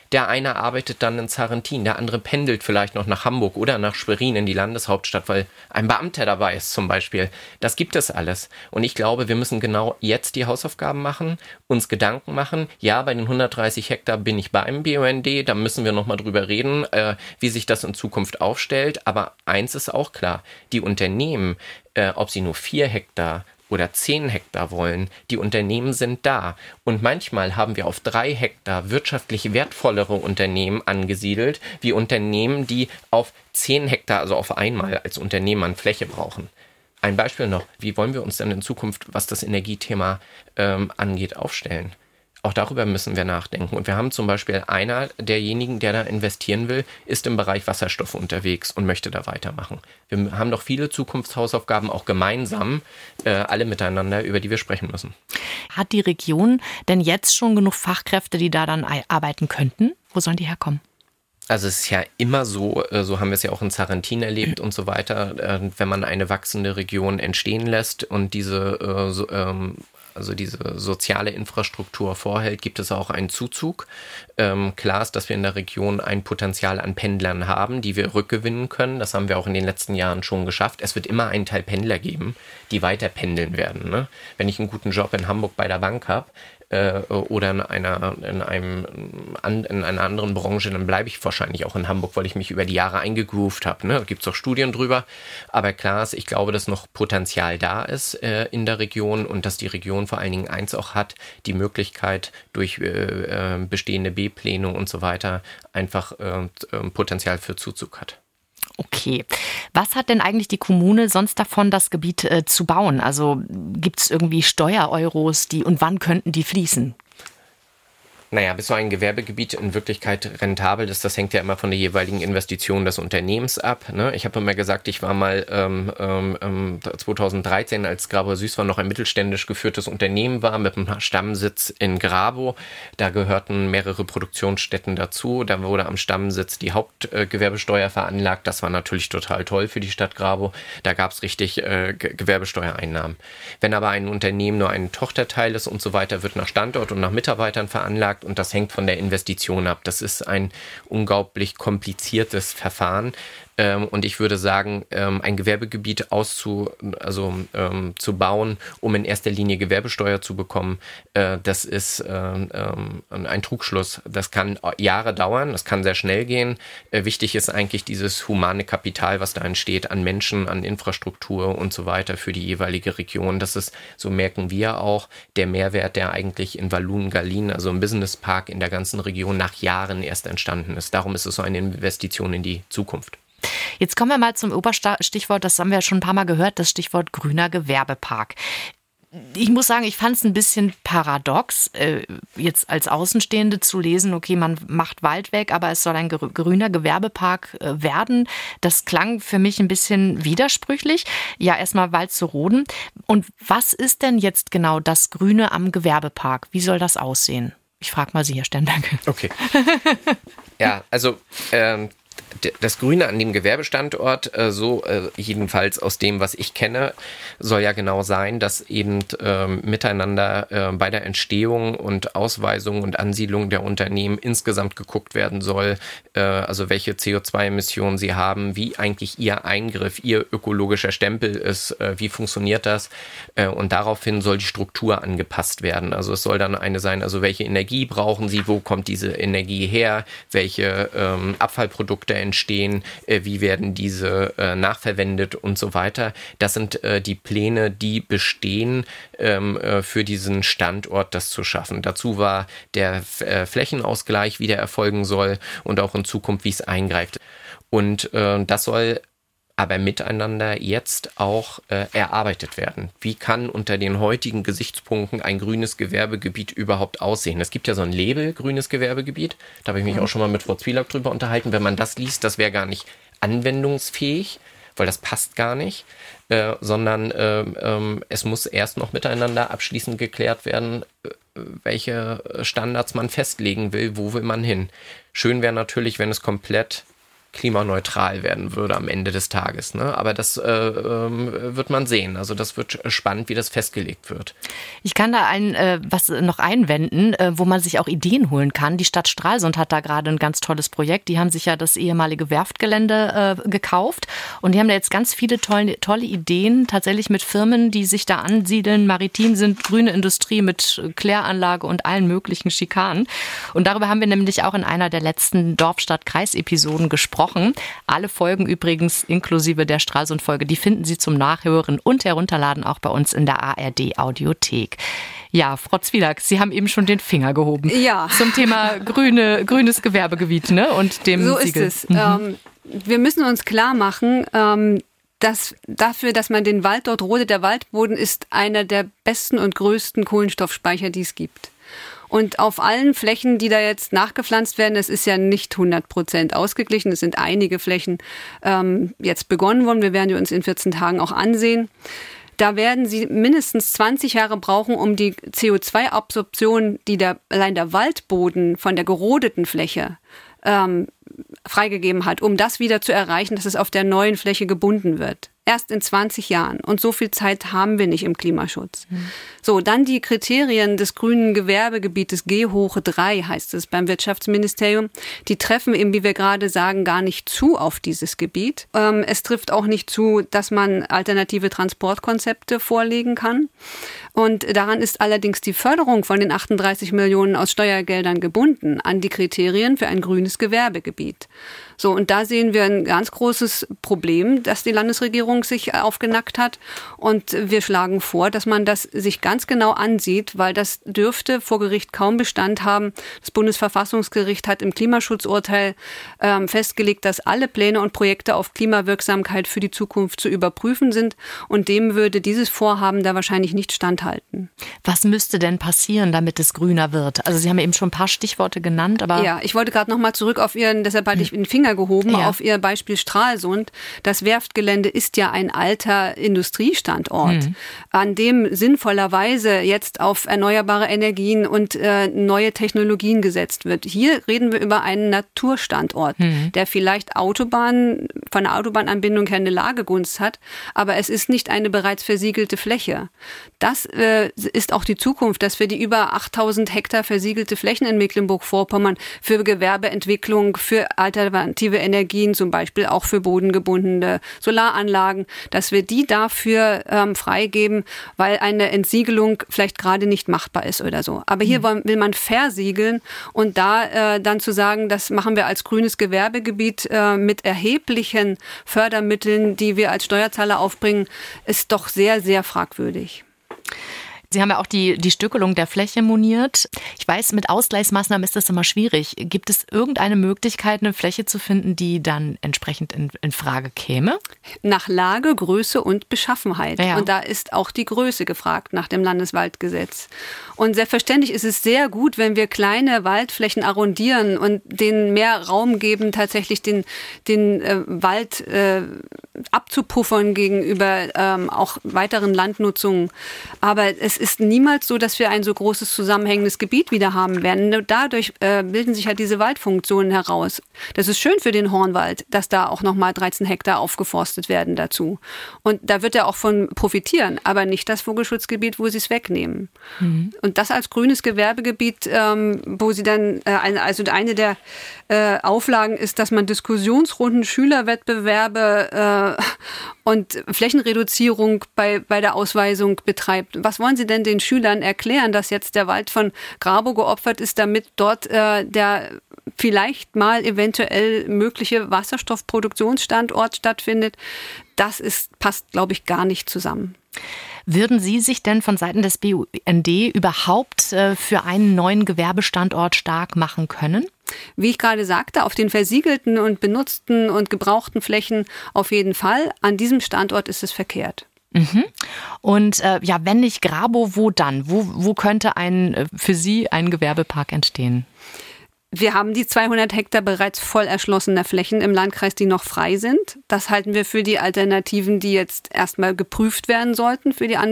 Der eine arbeitet dann in Sarrentin, der andere pendelt vielleicht noch nach Hamburg oder nach Schwerin in die Landeshauptstadt, weil ein Beamter dabei ist zum Beispiel. Das gibt es alles. Und ich glaube, wir müssen genau jetzt die Hausaufgaben machen, uns Gedanken machen. Ja, bei den hundertdreißig Hektar bin ich beim B U N D, da müssen wir nochmal drüber reden, äh, wie sich das in Zukunft aufstellt. Aber eins ist auch klar, die Unternehmen, äh, ob sie nur vier Hektar oder zehn Hektar wollen, die Unternehmen sind da. Und manchmal haben wir auf drei Hektar wirtschaftlich wertvollere Unternehmen angesiedelt, wie Unternehmen, die auf zehn Hektar, also auf einmal als Unternehmen an Fläche brauchen. Ein Beispiel noch, wie wollen wir uns denn in Zukunft, was das Energiethema ähm, angeht, aufstellen? Auch darüber müssen wir nachdenken. Und wir haben zum Beispiel einer derjenigen, der da investieren will, ist im Bereich Wasserstoff unterwegs und möchte da weitermachen. Wir haben doch viele Zukunftshausaufgaben auch gemeinsam, äh, alle miteinander, über die wir sprechen müssen. Hat die Region denn jetzt schon genug Fachkräfte, die da dann arbeiten könnten? Wo sollen die herkommen? Also es ist ja immer so, so haben wir es ja auch in Sarrentin erlebt und so weiter, wenn man eine wachsende Region entstehen lässt und diese so, ähm, also diese soziale Infrastruktur vorhält, gibt es auch einen Zuzug. Ähm, klar ist, dass wir in der Region ein Potenzial an Pendlern haben, die wir rückgewinnen können. Das haben wir auch in den letzten Jahren schon geschafft. Es wird immer einen Teil Pendler geben, die weiter pendeln werden. Ne? Wenn ich einen guten Job in Hamburg bei der Bank habe, oder in einer, in einem, in einer anderen Branche, dann bleibe ich wahrscheinlich auch in Hamburg, weil ich mich über die Jahre eingegroovt habe. Ne? Da gibt es auch Studien drüber. Aber klar ist, ich glaube, dass noch Potenzial da ist äh, in der Region und dass die Region vor allen Dingen eins auch hat, die Möglichkeit durch äh, bestehende B-Pläne und so weiter einfach äh, Potenzial für Zuzug hat. Okay. Was hat denn eigentlich die Kommune sonst davon, das Gebiet äh, zu bauen? Also gibt es irgendwie Steuereuros, die und wann könnten die fließen? Naja, bis so ein Gewerbegebiet in Wirklichkeit rentabel ist, das hängt ja immer von der jeweiligen Investition des Unternehmens ab. Ne? Ich habe immer gesagt, ich war mal ähm, ähm, zweitausenddreizehn, als Grabower Süß war, noch ein mittelständisch geführtes Unternehmen war, mit einem Stammsitz in Grabow. Da gehörten mehrere Produktionsstätten dazu. Da wurde am Stammsitz die Hauptgewerbesteuer äh, veranlagt. Das war natürlich total toll für die Stadt Grabow. Da gab es richtig äh, Gewerbesteuereinnahmen. Wenn aber ein Unternehmen nur ein Tochterteil ist und so weiter, wird nach Standort und nach Mitarbeitern veranlagt. Und das hängt von der Investition ab. Das ist ein unglaublich kompliziertes Verfahren. Und ich würde sagen, ein Gewerbegebiet auszu, also, ähm, zu bauen, um in erster Linie Gewerbesteuer zu bekommen, äh, das ist ähm, ein Trugschluss. Das kann Jahre dauern, das kann sehr schnell gehen. Äh, wichtig ist eigentlich dieses humane Kapital, was da entsteht, an Menschen, an Infrastruktur und so weiter für die jeweilige Region. Das ist, so merken wir auch, der Mehrwert, der eigentlich in Walloon-Gallien, also im Businesspark in der ganzen Region, nach Jahren erst entstanden ist. Darum ist es so eine Investition in die Zukunft. Jetzt kommen wir mal zum Oberstichwort, das haben wir schon ein paar Mal gehört, das Stichwort grüner Gewerbepark. Ich muss sagen, ich fand es ein bisschen paradox, äh, jetzt als Außenstehende zu lesen, okay, man macht Wald weg, aber es soll ein grüner Gewerbepark äh, werden. Das klang für mich ein bisschen widersprüchlich. Ja, erstmal Wald zu roden. Und was ist denn jetzt genau das Grüne am Gewerbepark? Wie soll das aussehen? Ich frage mal Sie, Herr Sternberg. Okay. Ja, also ähm, das Grüne an dem Gewerbestandort, so jedenfalls aus dem, was ich kenne, soll ja genau sein, dass eben äh, miteinander äh, bei der Entstehung und Ausweisung und Ansiedlung der Unternehmen insgesamt geguckt werden soll, äh, also welche C O zwei Emissionen sie haben, wie eigentlich ihr Eingriff, ihr ökologischer Stempel ist, äh, wie funktioniert das, äh, und daraufhin soll die Struktur angepasst werden. Also es soll dann eine sein, also welche Energie brauchen sie, wo kommt diese Energie her, welche ähm, Abfallprodukte entstehen, äh, wie werden diese äh, nachverwendet und so weiter. Das sind äh, die Pläne, die bestehen, ähm, äh, für diesen Standort das zu schaffen. Dazu war der äh, Flächenausgleich, wie der erfolgen soll und auch in Zukunft, wie es eingreift. Und äh, das soll aber miteinander jetzt auch äh, erarbeitet werden. Wie kann unter den heutigen Gesichtspunkten ein grünes Gewerbegebiet überhaupt aussehen? Es gibt ja so ein Label, grünes Gewerbegebiet. Da habe ich mich mhm. auch schon mal mit Frau Zwielak drüber unterhalten. Wenn man das liest, das wäre gar nicht anwendungsfähig, weil das passt gar nicht, äh, sondern äh, äh, es muss erst noch miteinander abschließend geklärt werden, äh, welche Standards man festlegen will, wo will man hin. Schön wäre natürlich, wenn es komplett klimaneutral werden würde am Ende des Tages. Ne? Aber das äh, äh, wird man sehen. Also das wird spannend, wie das festgelegt wird. Ich kann da ein, äh, was noch einwenden, äh, wo man sich auch Ideen holen kann. Die Stadt Stralsund hat da gerade ein ganz tolles Projekt. Die haben sich ja das ehemalige Werftgelände äh, gekauft und die haben da jetzt ganz viele tolle, tolle Ideen, tatsächlich mit Firmen, die sich da ansiedeln, maritim sind, grüne Industrie mit Kläranlage und allen möglichen Schikanen. Und darüber haben wir nämlich auch in einer der letzten Dorf-Stadt-Kreis-Episoden gesprochen. Alle Folgen übrigens inklusive der Stralsund-Folge, die finden Sie zum Nachhören und Herunterladen auch bei uns in der A R D-Audiothek. Ja, Frau Zwielak, Sie haben eben schon den Finger gehoben. Ja. Zum Thema grüne, grünes Gewerbegebiet, ne? Und dem so Siegel. ist es. Mhm. Ähm, wir müssen uns klar machen, ähm, dass dafür, dass man den Wald dort rodet, der Waldboden ist einer der besten und größten Kohlenstoffspeicher, die es gibt. Und auf allen Flächen, die da jetzt nachgepflanzt werden, es ist ja nicht hundert Prozent ausgeglichen. Es sind einige Flächen ähm, jetzt begonnen worden. Wir werden die uns in vierzehn Tagen auch ansehen. Da werden sie mindestens zwanzig Jahre brauchen, um die C O zwei Absorption, die der, allein der Waldboden von der gerodeten Fläche ähm, freigegeben hat, um das wieder zu erreichen, dass es auf der neuen Fläche gebunden wird. Erst in zwanzig Jahren. Und so viel Zeit haben wir nicht im Klimaschutz. Mhm. So, dann die Kriterien des grünen Gewerbegebietes G hoch drei heißt es beim Wirtschaftsministerium. Die treffen eben, wie wir gerade sagen, gar nicht zu auf dieses Gebiet. Ähm, es trifft auch nicht zu, dass man alternative Transportkonzepte vorlegen kann. Und daran ist allerdings die Förderung von den achtunddreißig Millionen aus Steuergeldern gebunden an die Kriterien für ein grünes Gewerbegebiet. So, und da sehen wir ein ganz großes Problem, dass die Landesregierung sich aufgenackt hat. Und wir schlagen vor, dass man das sich ganz genau ansieht, weil das dürfte vor Gericht kaum Bestand haben. Das Bundesverfassungsgericht hat im Klimaschutzurteil ähm, festgelegt, dass alle Pläne und Projekte auf Klimawirksamkeit für die Zukunft zu überprüfen sind. Und dem würde dieses Vorhaben da wahrscheinlich nicht standhalten. Was müsste denn passieren, damit es grüner wird? Also Sie haben eben schon ein paar Stichworte genannt, aber... Ja, ich wollte gerade noch mal zurück auf Ihren, deshalb hatte ich den Finger gehoben, ja. auf Ihr Beispiel Stralsund. Das Werftgelände ist ja ein alter Industriestandort, mhm. an dem sinnvollerweise jetzt auf erneuerbare Energien und äh, neue Technologien gesetzt wird. Hier reden wir über einen Naturstandort, mhm. der vielleicht Autobahn, von der Autobahnanbindung her eine Lagegunst hat, aber es ist nicht eine bereits versiegelte Fläche. Das äh, ist auch die Zukunft, dass wir die über achttausend Hektar versiegelte Flächen in Mecklenburg-Vorpommern für Gewerbeentwicklung, für alternative Energien, zum Beispiel auch für bodengebundene Solaranlagen, dass wir die dafür ähm, freigeben, weil eine Entsiegelung vielleicht gerade nicht machbar ist oder so. Aber hier mhm. will man versiegeln und da äh, dann zu sagen, das machen wir als grünes Gewerbegebiet äh, mit erheblichen Fördermitteln, die wir als Steuerzahler aufbringen, ist doch sehr, sehr fragwürdig. Sie haben ja auch die, die Stückelung der Fläche moniert. Ich weiß, mit Ausgleichsmaßnahmen ist das immer schwierig. Gibt es irgendeine Möglichkeit, eine Fläche zu finden, die dann entsprechend in, in Frage käme? Nach Lage, Größe und Beschaffenheit. Ja. Und da ist auch die Größe gefragt nach dem Landeswaldgesetz. Und selbstverständlich ist es sehr gut, wenn wir kleine Waldflächen arrondieren und denen mehr Raum geben, tatsächlich den, den äh, Wald äh, abzupuffern gegenüber ähm, auch weiteren Landnutzungen. Aber es ist niemals so, dass wir ein so großes zusammenhängendes Gebiet wieder haben werden. Dadurch äh, bilden sich halt diese Waldfunktionen heraus. Das ist schön für den Hornwald, dass da auch nochmal dreizehn Hektar aufgeforstet werden dazu. Und da wird er auch von profitieren, aber nicht das Vogelschutzgebiet, wo sie es wegnehmen. Mhm. Und das als grünes Gewerbegebiet, ähm, wo sie dann, äh, also eine der äh, Auflagen ist, dass man Diskussionsrunden, Schülerwettbewerbe äh, und Flächenreduzierung bei, bei der Ausweisung betreibt. Was wollen Sie denn den Schülern erklären, dass jetzt der Wald von Grabow geopfert ist, damit dort äh, der vielleicht mal eventuell mögliche Wasserstoffproduktionsstandort stattfindet? Das ist, passt, glaube ich, gar nicht zusammen. Würden Sie sich denn von Seiten des B U N D überhaupt äh, für einen neuen Gewerbestandort stark machen können? Wie ich gerade sagte, auf den versiegelten und benutzten und gebrauchten Flächen auf jeden Fall. An diesem Standort ist es verkehrt. Mhm. Und äh, ja, wenn nicht Grabow, wo dann? Wo, wo könnte ein, für Sie ein Gewerbepark entstehen? Wir haben die zweihundert Hektar bereits voll erschlossener Flächen im Landkreis, die noch frei sind. Das halten wir für die Alternativen, die jetzt erstmal geprüft werden sollten, für die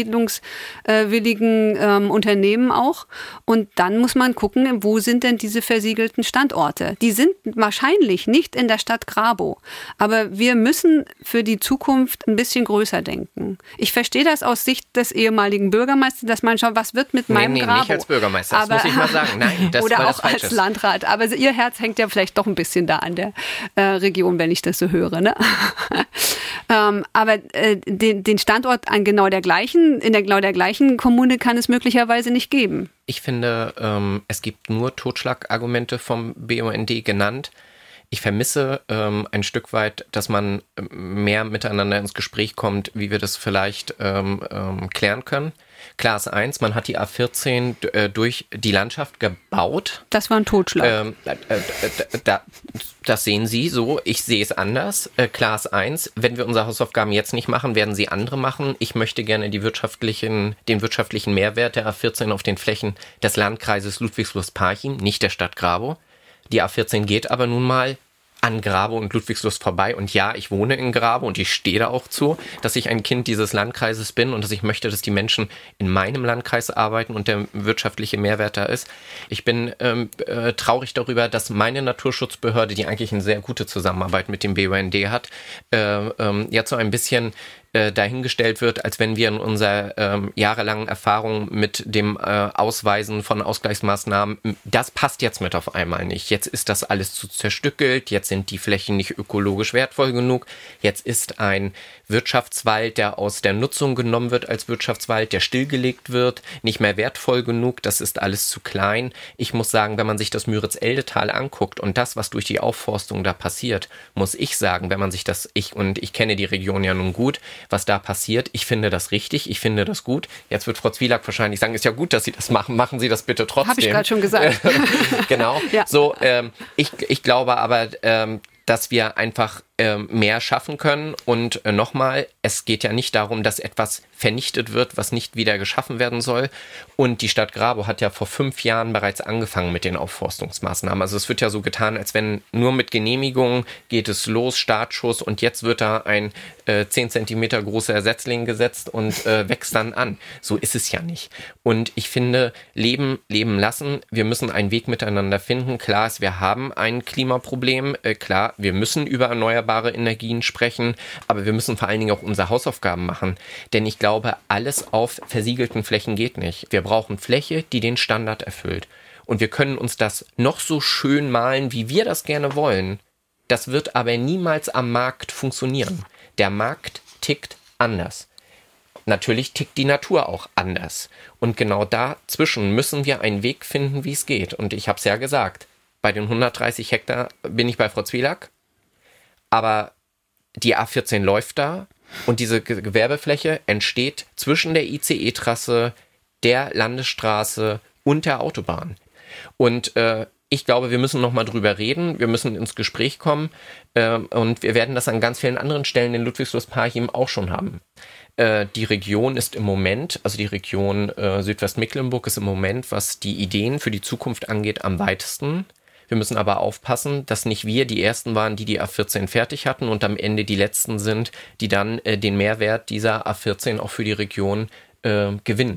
ansiedlungswilligen ähm, Unternehmen auch. Und dann muss man gucken, wo sind denn diese versiegelten Standorte? Die sind wahrscheinlich nicht in der Stadt Grabow. Aber wir müssen für die Zukunft ein bisschen größer denken. Ich verstehe das aus Sicht des ehemaligen Bürgermeisters, dass man schaut, was wird mit nee, meinem nee, Grabow? nicht als Bürgermeister, das aber, muss ich mal sagen. Nein, das oder weil auch das falsch als ist. Landrat. Aber Ihr Herz hängt ja vielleicht doch ein bisschen da an der äh, Region, wenn ich das so höre. Ne? ähm, aber äh, den, den Standort an genau der gleichen, in der genau der gleichen Kommune kann es möglicherweise nicht geben. Ich finde, ähm, es gibt nur Totschlagargumente vom B U N D genannt. Ich vermisse ähm, ein Stück weit, dass man mehr miteinander ins Gespräch kommt, wie wir das vielleicht ähm, ähm, klären können. Klar ist eins, man hat die A vierzehn äh, durch die Landschaft gebaut. Das war ein Totschlag. Ähm, äh, äh, da, das sehen Sie so, ich sehe es anders. Äh, klar ist eins, wenn wir unsere Hausaufgaben jetzt nicht machen, werden sie andere machen. Ich möchte gerne die wirtschaftlichen, den wirtschaftlichen Mehrwert der A vierzehn auf den Flächen des Landkreises Ludwigslust-Parchim, nicht der Stadt Grabow. Die A vierzehn geht aber nun mal an Grabow und Ludwigslust vorbei. Und ja, ich wohne in Grabow und ich stehe da auch zu, dass ich ein Kind dieses Landkreises bin und dass ich möchte, dass die Menschen in meinem Landkreis arbeiten und der wirtschaftliche Mehrwert da ist. Ich bin ähm, äh, traurig darüber, dass meine Naturschutzbehörde, die eigentlich eine sehr gute Zusammenarbeit mit dem B U N D hat, äh, ähm, jetzt so ein bisschen äh, dahingestellt wird, als wenn wir in unserer ähm, jahrelangen Erfahrung mit dem äh, Ausweisen von Ausgleichsmaßnahmen, das passt jetzt mit auf einmal nicht. Jetzt ist das alles zu zerstückelt, jetzt sind die Flächen nicht ökologisch wertvoll genug, jetzt ist ein Wirtschaftswald, der aus der Nutzung genommen wird als Wirtschaftswald, der stillgelegt wird, nicht mehr wertvoll genug, das ist alles zu klein. Ich muss sagen, wenn man sich das Müritz-Elde-Tal anguckt und das, was durch die Aufforstung da passiert, muss ich sagen, wenn man sich das, ich und ich kenne die Region ja nun gut, was da passiert, ich finde das richtig, ich finde das gut. Jetzt wird Frau Zwielak wahrscheinlich sagen, ist ja gut, dass Sie das machen, machen Sie das bitte trotzdem. Habe ich gerade schon gesagt. Genau, ja. So, ähm, ich, ich glaube aber, ähm, dass wir einfach ähm, mehr schaffen können. Und äh, nochmal, es geht ja nicht darum, dass etwas vernichtet wird, was nicht wieder geschaffen werden soll. Und die Stadt Grabow hat ja vor fünf Jahren bereits angefangen mit den Aufforstungsmaßnahmen. Also es wird ja so getan, als wenn nur mit Genehmigung geht es los, Startschuss, und jetzt wird da ein äh, zehn Zentimeter großer Setzling gesetzt und äh, wächst dann an. So ist es ja nicht. Und ich finde, leben, leben lassen, wir müssen einen Weg miteinander finden. Klar ist, wir haben ein Klimaproblem. Äh, klar, wir müssen über erneuerbare Energien sprechen, aber wir müssen vor allen Dingen auch unsere Hausaufgaben machen. Denn ich glaube, alles auf versiegelten Flächen geht nicht. Wir brauchen Fläche, die den Standard erfüllt. Und wir können uns das noch so schön malen, wie wir das gerne wollen. Das wird aber niemals am Markt funktionieren. Der Markt tickt anders. Natürlich tickt die Natur auch anders. Und genau dazwischen müssen wir einen Weg finden, wie es geht. Und ich habe es ja gesagt, bei den hundertdreißig Hektar bin ich bei Frau Zwielak. Aber die A vierzehn läuft da und diese Gewerbefläche entsteht zwischen der I C E-Trasse, der Landesstraße und der Autobahn. Und äh, ich glaube, wir müssen nochmal drüber reden, wir müssen ins Gespräch kommen äh, und wir werden das an ganz vielen anderen Stellen in Ludwigslust-Parchim auch schon haben. Äh, die Region ist im Moment, also die Region äh, Südwestmecklenburg ist im Moment, was die Ideen für die Zukunft angeht, am weitesten. Wir müssen aber aufpassen, dass nicht wir die Ersten waren, die die A vierzehn fertig hatten und am Ende die Letzten sind, die dann äh, den Mehrwert dieser A vierzehn auch für die Region äh, gewinnen.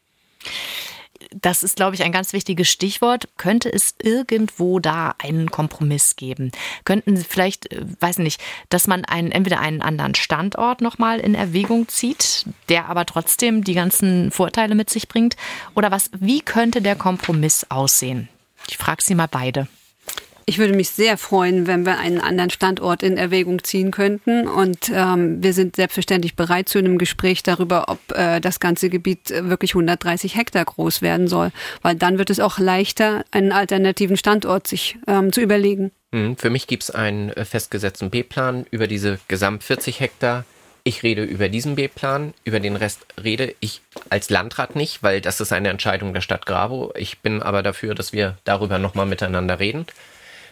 Das ist, glaube ich, ein ganz wichtiges Stichwort. Könnte es irgendwo da einen Kompromiss geben? Könnten Sie vielleicht, weiß nicht, dass man einen, entweder einen anderen Standort nochmal in Erwägung zieht, der aber trotzdem die ganzen Vorteile mit sich bringt? Oder was? Wie könnte der Kompromiss aussehen? Ich frage Sie mal beide. Ich würde mich sehr freuen, wenn wir einen anderen Standort in Erwägung ziehen könnten. Und ähm, wir sind selbstverständlich bereit zu einem Gespräch darüber, ob äh, das ganze Gebiet wirklich hundertdreißig Hektar groß werden soll. Weil dann wird es auch leichter, einen alternativen Standort sich ähm, zu überlegen. Für mich gibt es einen festgesetzten B-Plan über diese gesamt vierzig Hektar. Ich rede über diesen B-Plan, über den Rest rede ich als Landrat nicht, weil das ist eine Entscheidung der Stadt Grabow. Ich bin aber dafür, dass wir darüber nochmal miteinander reden.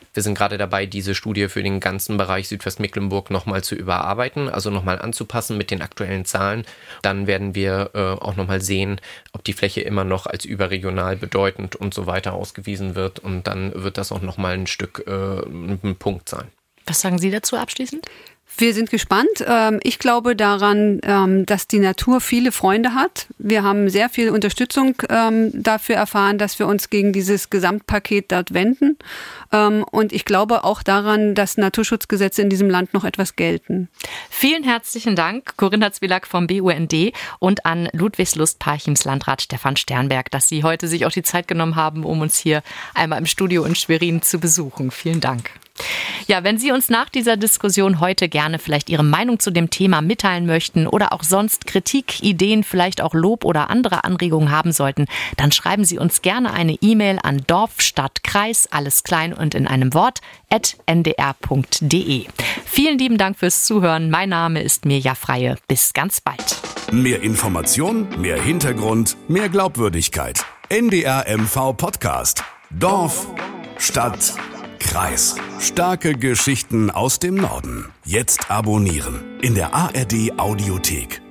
Wir sind gerade dabei, diese Studie für den ganzen Bereich Südwestmecklenburg nochmal zu überarbeiten, also nochmal anzupassen mit den aktuellen Zahlen. Dann werden wir äh, auch nochmal sehen, ob die Fläche immer noch als überregional bedeutend und so weiter ausgewiesen wird. Und dann wird das auch nochmal ein Stück äh, ein Punkt sein. Was sagen Sie dazu abschließend? Wir sind gespannt. Ich glaube daran, dass die Natur viele Freunde hat. Wir haben sehr viel Unterstützung dafür erfahren, dass wir uns gegen dieses Gesamtpaket dort wenden. Und ich glaube auch daran, dass Naturschutzgesetze in diesem Land noch etwas gelten. Vielen herzlichen Dank, Corinna Zwielak vom B U N D und an Ludwigslust-Parchims Landrat Stefan Sternberg, dass Sie heute sich auch die Zeit genommen haben, um uns hier einmal im Studio in Schwerin zu besuchen. Vielen Dank. Ja, wenn Sie uns nach dieser Diskussion heute gerne vielleicht Ihre Meinung zu dem Thema mitteilen möchten oder auch sonst Kritik, Ideen, vielleicht auch Lob oder andere Anregungen haben sollten, dann schreiben Sie uns gerne eine E-Mail an Dorf, Stadt, Kreis, alles klein und in einem Wort, at n d r punkt d e. Vielen lieben Dank fürs Zuhören. Mein Name ist Mirja Freie. Bis ganz bald. Mehr Information, mehr Hintergrund, mehr Glaubwürdigkeit. N D R M V Podcast. Dorf, Stadt, Kreis. Starke Geschichten aus dem Norden. Jetzt abonnieren in der A R D Audiothek.